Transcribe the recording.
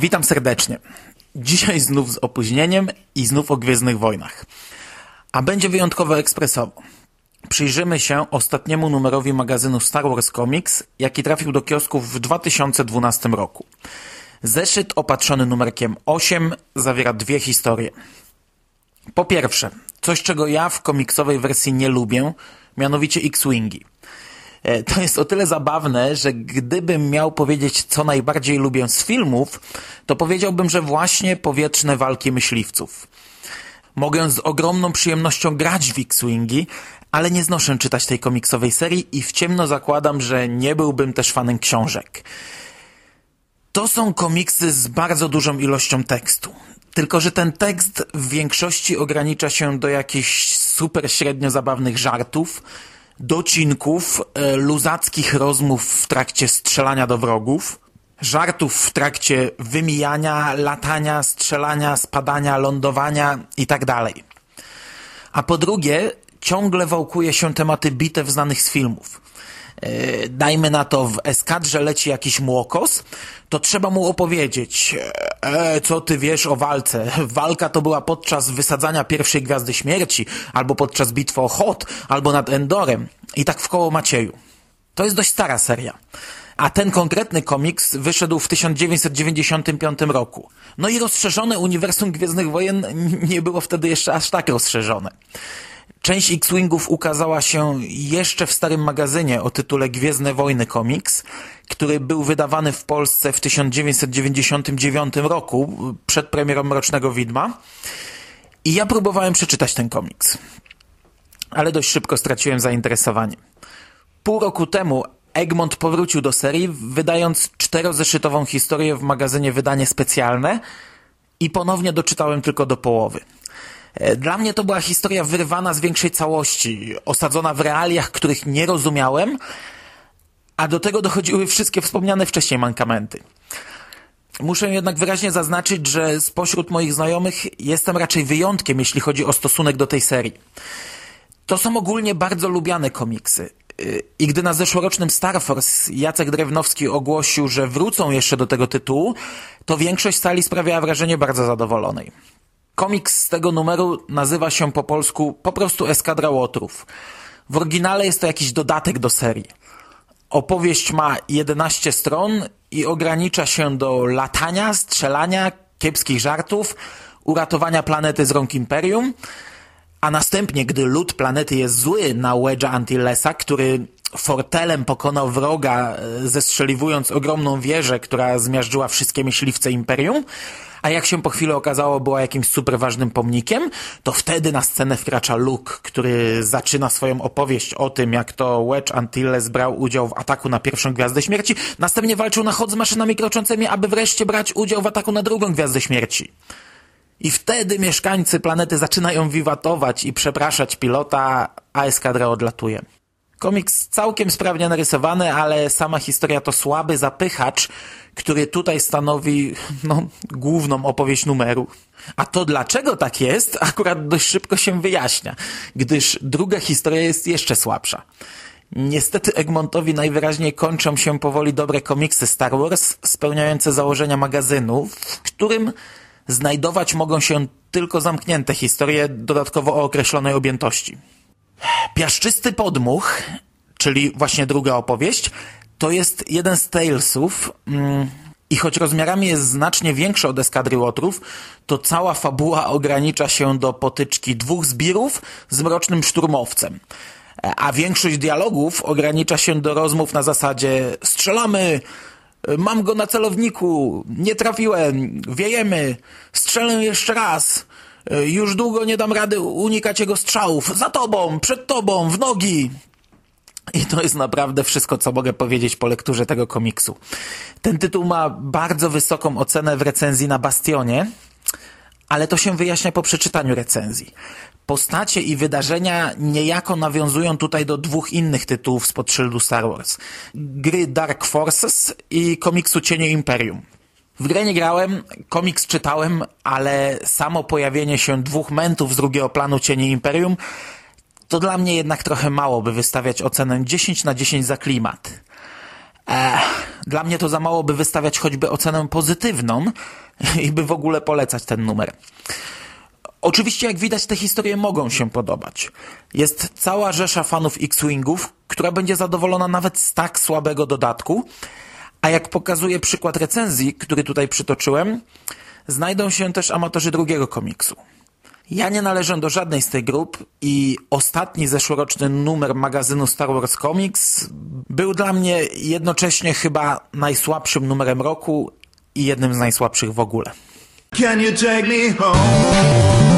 Witam serdecznie. Dzisiaj znów z opóźnieniem i znów o Gwiezdnych Wojnach. A będzie wyjątkowo ekspresowo. Przyjrzymy się ostatniemu numerowi magazynu Star Wars Comics, jaki trafił do kiosków w 2012 roku. Zeszyt opatrzony numerkiem 8 zawiera dwie historie. Po pierwsze, coś czego ja w komiksowej wersji nie lubię, mianowicie X-Wingi. To jest o tyle zabawne, że gdybym miał powiedzieć, co najbardziej lubię z filmów, to powiedziałbym, że właśnie powietrzne walki myśliwców. Mogę z ogromną przyjemnością grać w X-Wingi, ale nie znoszę czytać tej komiksowej serii i w ciemno zakładam, że nie byłbym też fanem książek. To są komiksy z bardzo dużą ilością tekstu. Tylko że ten tekst w większości ogranicza się do jakichś super średnio zabawnych żartów, docinków, luzackich rozmów w trakcie strzelania do wrogów, żartów w trakcie wymijania, latania, strzelania, spadania, lądowania itd. A po drugie, ciągle wałkuje się tematy bitew znanych z filmów. Dajmy na to, w eskadrze leci jakiś młokos, to trzeba mu opowiedzieć, co ty wiesz o walce. Walka to była podczas wysadzania pierwszej Gwiazdy Śmierci, albo podczas bitwy o Hoth, albo nad Endorem. I tak w koło Macieju. To jest dość stara seria. A ten konkretny komiks wyszedł w 1995 roku. No i rozszerzone uniwersum Gwiezdnych Wojen nie było wtedy jeszcze aż tak rozszerzone. Część X-Wingów ukazała się jeszcze w starym magazynie o tytule Gwiezdne Wojny Comics, który był wydawany w Polsce w 1999 roku, przed premierą Mrocznego Widma. I ja próbowałem przeczytać ten komiks. Ale dość szybko straciłem zainteresowanie. Pół roku temu Egmont powrócił do serii, wydając 4-zeszytową historię w magazynie Wydanie Specjalne i ponownie doczytałem tylko do połowy. Dla mnie to była historia wyrwana z większej całości, osadzona w realiach, których nie rozumiałem, a do tego dochodziły wszystkie wspomniane wcześniej mankamenty. Muszę jednak wyraźnie zaznaczyć, że spośród moich znajomych jestem raczej wyjątkiem, jeśli chodzi o stosunek do tej serii. To są ogólnie bardzo lubiane komiksy. I gdy na zeszłorocznym Star Force Jacek Drewnowski ogłosił, że wrócą jeszcze do tego tytułu, to większość sali sprawiała wrażenie bardzo zadowolonej. Komiks z tego numeru nazywa się po polsku po prostu Eskadra Łotrów. W oryginale jest to jakiś dodatek do serii. Opowieść ma 11 stron i ogranicza się do latania, strzelania, kiepskich żartów, uratowania planety z rąk Imperium, a następnie, gdy lud planety jest zły na Wedge'a Antillesa, który fortelem pokonał wroga, zestrzeliwując ogromną wieżę, która zmiażdżyła wszystkie myśliwce Imperium, a jak się po chwili okazało, była jakimś super ważnym pomnikiem, to wtedy na scenę wkracza Luke, który zaczyna swoją opowieść o tym, jak to Wedge Antilles brał udział w ataku na pierwszą Gwiazdę Śmierci, następnie walczył na Hoth z maszynami kroczącymi, aby wreszcie brać udział w ataku na drugą Gwiazdę Śmierci. I wtedy mieszkańcy planety zaczynają wiwatować i przepraszać pilota, a eskadra odlatuje. Komiks całkiem sprawnie narysowany, ale sama historia to słaby zapychacz, który tutaj stanowi, główną opowieść numeru. A to dlaczego tak jest, akurat dość szybko się wyjaśnia, gdyż druga historia jest jeszcze słabsza. Niestety Egmontowi najwyraźniej kończą się powoli dobre komiksy Star Wars, spełniające założenia magazynu, w którym znajdować mogą się tylko zamknięte historie, dodatkowo o określonej objętości. Piaszczysty Podmuch, czyli właśnie druga opowieść, to jest jeden z Talesów i choć rozmiarami jest znacznie większy od Eskadry Łotrów, to cała fabuła ogranicza się do potyczki dwóch zbirów z mrocznym szturmowcem. A większość dialogów ogranicza się do rozmów na zasadzie strzelamy, mam go na celowniku, nie trafiłem, wiejemy, strzelę jeszcze raz, już długo nie dam rady unikać jego strzałów, za tobą, przed tobą, w nogi. I to jest naprawdę wszystko, co mogę powiedzieć po lekturze tego komiksu. Ten tytuł ma bardzo wysoką ocenę w recenzji na Bastionie, ale to się wyjaśnia po przeczytaniu recenzji. Postacie i wydarzenia niejako nawiązują tutaj do dwóch innych tytułów spod szyldu Star Wars. Gry Dark Forces i komiksu Cienie Imperium. W grę nie grałem, komiks czytałem, ale samo pojawienie się dwóch mentów z drugiego planu Cieni Imperium to dla mnie jednak trochę mało, by wystawiać ocenę 10/10 za klimat. Dla mnie to za mało, by wystawiać choćby ocenę pozytywną i by w ogóle polecać ten numer. Oczywiście, jak widać, te historie mogą się podobać. Jest cała rzesza fanów X-Wingów, która będzie zadowolona nawet z tak słabego dodatku, a jak pokazuje przykład recenzji, który tutaj przytoczyłem, znajdą się też amatorzy drugiego komiksu. Ja nie należę do żadnej z tych grup i ostatni zeszłoroczny numer magazynu Star Wars Comics był dla mnie jednocześnie chyba najsłabszym numerem roku i jednym z najsłabszych w ogóle. Can you take me home?